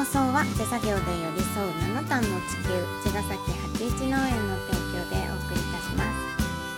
送は手作業で寄り添う7段の地球、茅ヶ崎八一農園の提供でお送りいたします。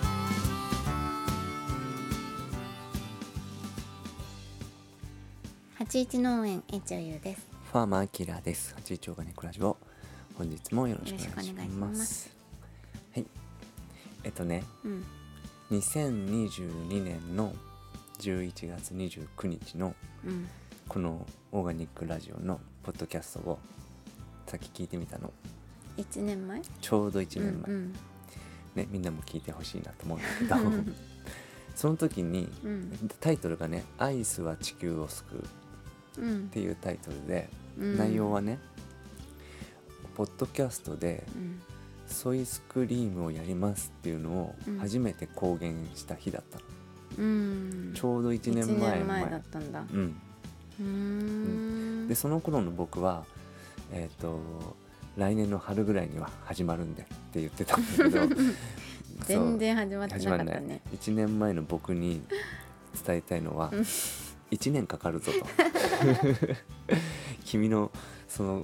八一農園えちょゆです。 ファーマーキラーです。八一オーガニックラジオ、本日もよろしくお願いします。はい、2022年の11月29日のこのオーガニックラジオのポッドキャストをさっき聞いてみたの。 1年前？ ちょうど1年前、ね、みんなも聞いてほしいなと思うんだけどその時に、タイトルがね、アイスは地球を救うっていうタイトルで、内容はね、ポッドキャストでソイスクリームをやりますっていうのを初めて公言した日だったの。ちょうど1年前だったんだ。 でその頃の僕は来年の春ぐらいには始まるんでって言ってたんだけど全然始まってなかったね。 1年前の僕に伝えたいのは1年かかるぞと君のその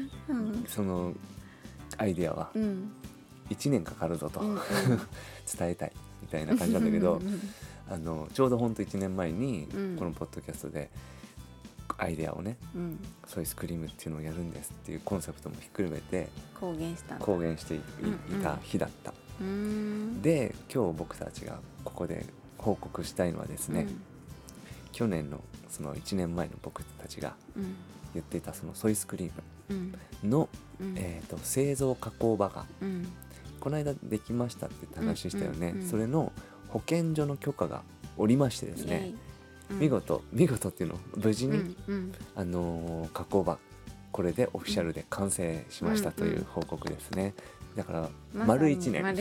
アイデアは1年かかるぞと伝えたいみたいな感じなんだけどちょうどほんと1年前にこのポッドキャストでアイデアをね、ソイスクリームっていうのをやるんですっていうコンセプトもひっくるめて公言していた日だった。で今日僕たちがここで報告したいのはですね、去年のその1年前の僕たちが言っていたそのソイスクリームの、製造加工場が、この間できましたって話したよね。それの保健所の許可が下りましてですね、見事っていうの無事に、加工場これでオフィシャルで完成しましたという報告ですね。だから丸1年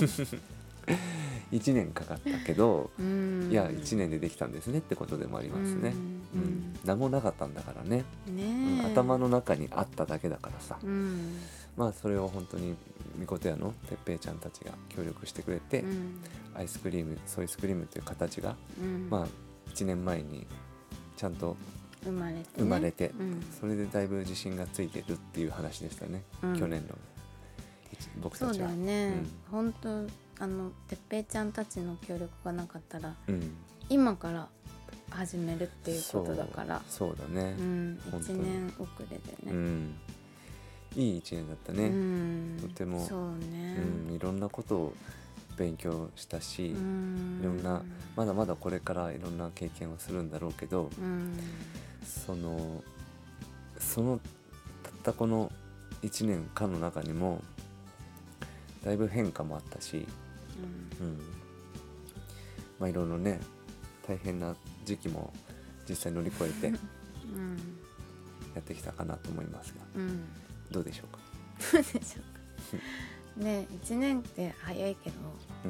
1年かかったけど、いや1年でできたんですねってことでもありますね。何もなかったんだからね、頭の中にあっただけだからさ、まあそれを本当にみことやのてっぺいちゃんたちが協力してくれて、アイスクリームソイスクリームという形が、まあ1年前にちゃんと生まれて、それでだいぶ自信がついてるっていう話でしたね、去年の僕たちは。 そうだよね、本当てっぺいちゃんたちの協力がなかったら、今から始めるっていうことだから。 そうだね、 1年遅れでね、 いい1年だったね、とてもそうね、 いろんなことを勉強したし、いろんなまだまだこれからいろんな経験をするんだろうけど、そのたったこの1年間の中にもだいぶ変化もあったし、まあいろいろね大変な時期も実際乗り越えてやってきたかなと思いますが、どうでしょうか。 ね、1年って早いけど、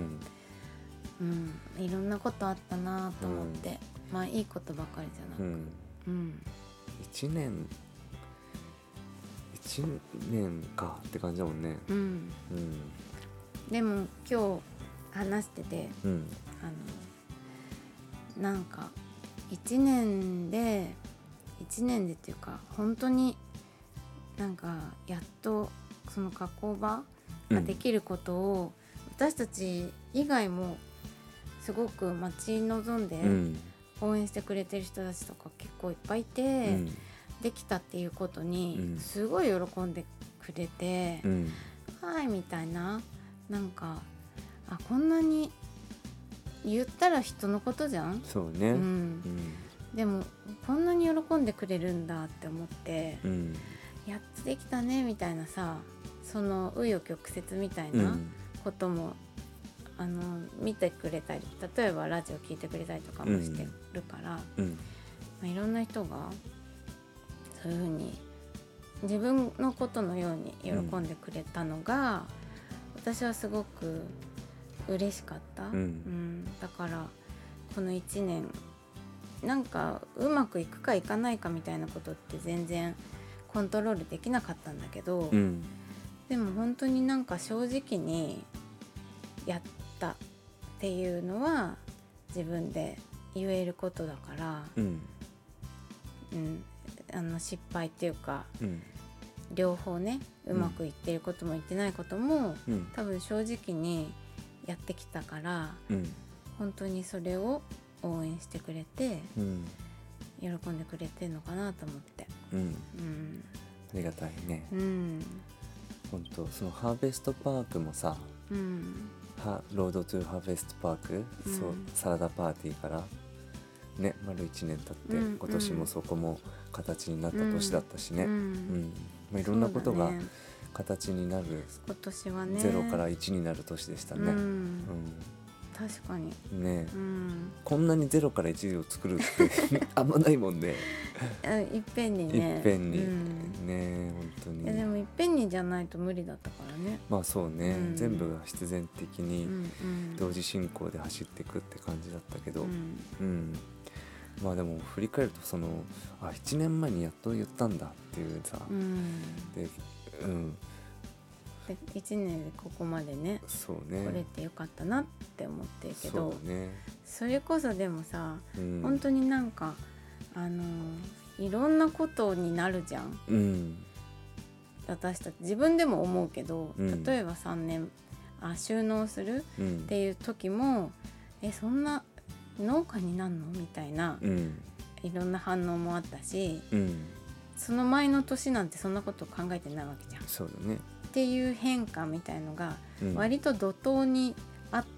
いろんなことあったなと思って、まあいいことばかりじゃなく、 1年かって感じだもんね。 でも今日話してて、なんか1年でっていうか本当になんかやっとその加工場ができることを、私たち以外もすごく待ち望んで応援してくれてる人たちとか結構いっぱいいて、できたっていうことにすごい喜んでくれて、はいみたいな、なんかこんなに言ったら人のことじゃん。 そうね、 でもこんなに喜んでくれるんだって思って、やっとできたねみたいなさ、その紆余曲折みたいなことも、見てくれたり、例えばラジオ聞いてくれたりとかもしてるから、いろんな人がそういう風に自分のことのように喜んでくれたのが、私はすごく嬉しかった、だからこの1年なんかうまくいくかいかないかみたいなことって全然コントロールできなかったんだけど、でも本当になんか正直にやったっていうのは自分で言えることだから、 失敗っていうか、 うん、 両方ねうまくいってることもいってないことも、 うん、 多分正直にやってきたから、 うん、 本当にそれを応援してくれて、 うん、 喜んでくれてるのかなと思って、 うん、 うん、 ありがたいね。 うん、 本当そのハーベストパークもさ、 うん、 ロードトゥハーベストパーク、 うん、 そうサラダパーティーからね丸1年経って、 うん、 今年もそこも形になった年だったしね、 うんうんまあ、いろんなことがね、 形になる、 今年はね 0から1になる年でしたね、 うん確かにね、 うん、 こんなに0から1を作るってあんまないもんねいっぺんにねいっぺんに、 うん、 ね本当に。 でもいっぺんにじゃないと無理だったからね。 まあそうね、 うん、 全部が必然的にうん同時進行で走っていくって感じだったけど、 うんうんまあでも振り返ると1年前にやっと言ったんだっていうさ、 うん、 でうんで1年でここまでねそうね来れてよかったなって思ってるけど、 そうね、 それこそでもさ、 うん、 本当になんかいろんなことになるじゃん、 うん、 私たち自分でも思うけど、 うん、 例えば3年収納するうん、 っていう時も、そんな農家になんのみたいな、 うん、 いろんな反応もあったし、 うん、 その前の年なんてそんなこと考えてないわけじゃん。 そうだねっていう変化みたいのがうん割と怒涛にあって、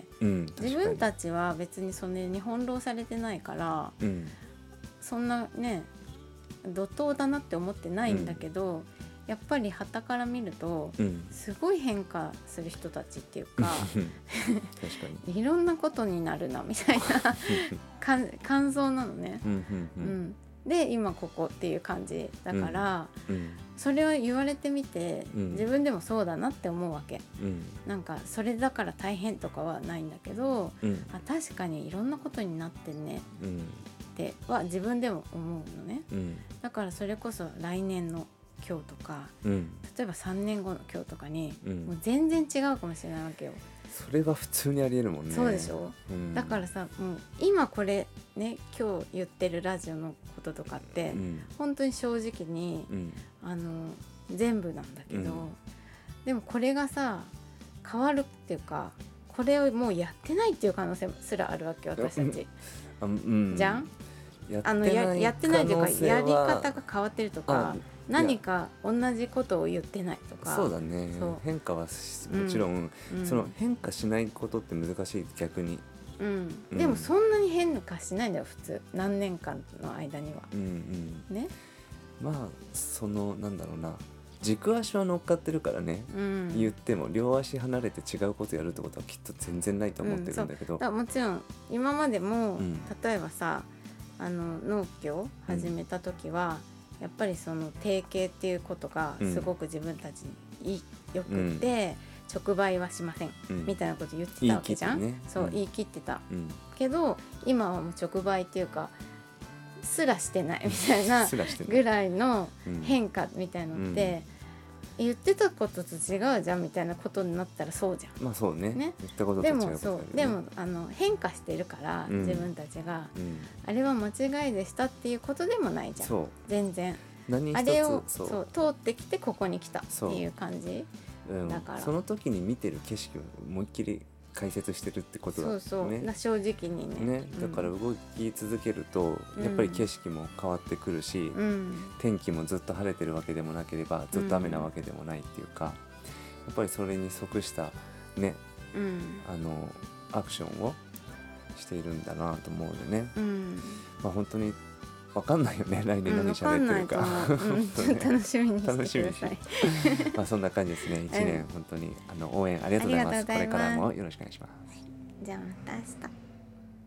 うん、 自分たちは別にそれに翻弄されてないから、 うん、 そんなね怒涛だなって思ってないんだけど、やっぱり傍から見ると、 うん、 すごい変化する人たちっていうか確かにいろんなことになるなみたいな感想なのね、 うんうんうんで今ここっていう感じだから、 うんそれを言われてみて、 うん自分でもそうだなって思うわけ。 うんなんかそれだから大変とかはないんだけど、 うん確かにいろんなことになってんねうんっては自分でも思うのね。 うんだからそれこそ来年の今日とか、 うん例えば3年後の今日とかに、 うんもう全然違うかもしれないわけよ。 それが普通にありえるもんね。 そうでしょ、 うん、 だからさ、もう今これね今日言ってるラジオのこととかって、 うん本当に正直に、 うん全部なんだけど、 うんでもこれがさ変わるっていうか、これをもうやってないっていう可能性すらあるわけよ私たち、 うん、 じゃん。 やってないというか可能性はやり方が変わってるとか、何か同じことを言ってないとか。 そうだね。変化はもちろん、その変化しないことって難しい、逆に、 でもそんなに変化しないんだよ普通、何年間の間には、ね。 まあなんだろうな、軸足は乗っかってるからね、言っても両足離れて違うことやるってことはきっと全然ないと思ってるんだけど、 だからもちろん今までも、例えばさ農業始めた時は、やっぱりその定型っていうことがすごく自分たちによくって、直売はしません、みたいなこと言ってたわけじゃん。そう言い切ってた、けど今はもう直売っていうかすらしてないみたいなぐらいの変化みたいのって、言ってたことと違うじゃんみたいなことになったらそうじゃん。 まあそうね。言ったこととで違うことだよね。 もそうでも変化してるから、自分たちが、あれは間違いでしたっていうことでもないじゃん。 そう全然何一つあれをそう通ってきてここに来たっていう感じだから、 その時に見てる景色を思いっきり解説してるってことだね。 そう正直にね。 だから動き続けると、やっぱり景色も変わってくるし、天気もずっと晴れてるわけでもなければずっと雨なわけでもないっていうか、やっぱりそれに即したね、アクションをしているんだなと思うのでね、まあ本当に分かんないよね、来年何喋ってるか、 ちょっと楽しみにしてください。 まあそんな感じですね。1年本当に応援ありがとうございます。これからもよろしくお願いします。 じゃあまた明日。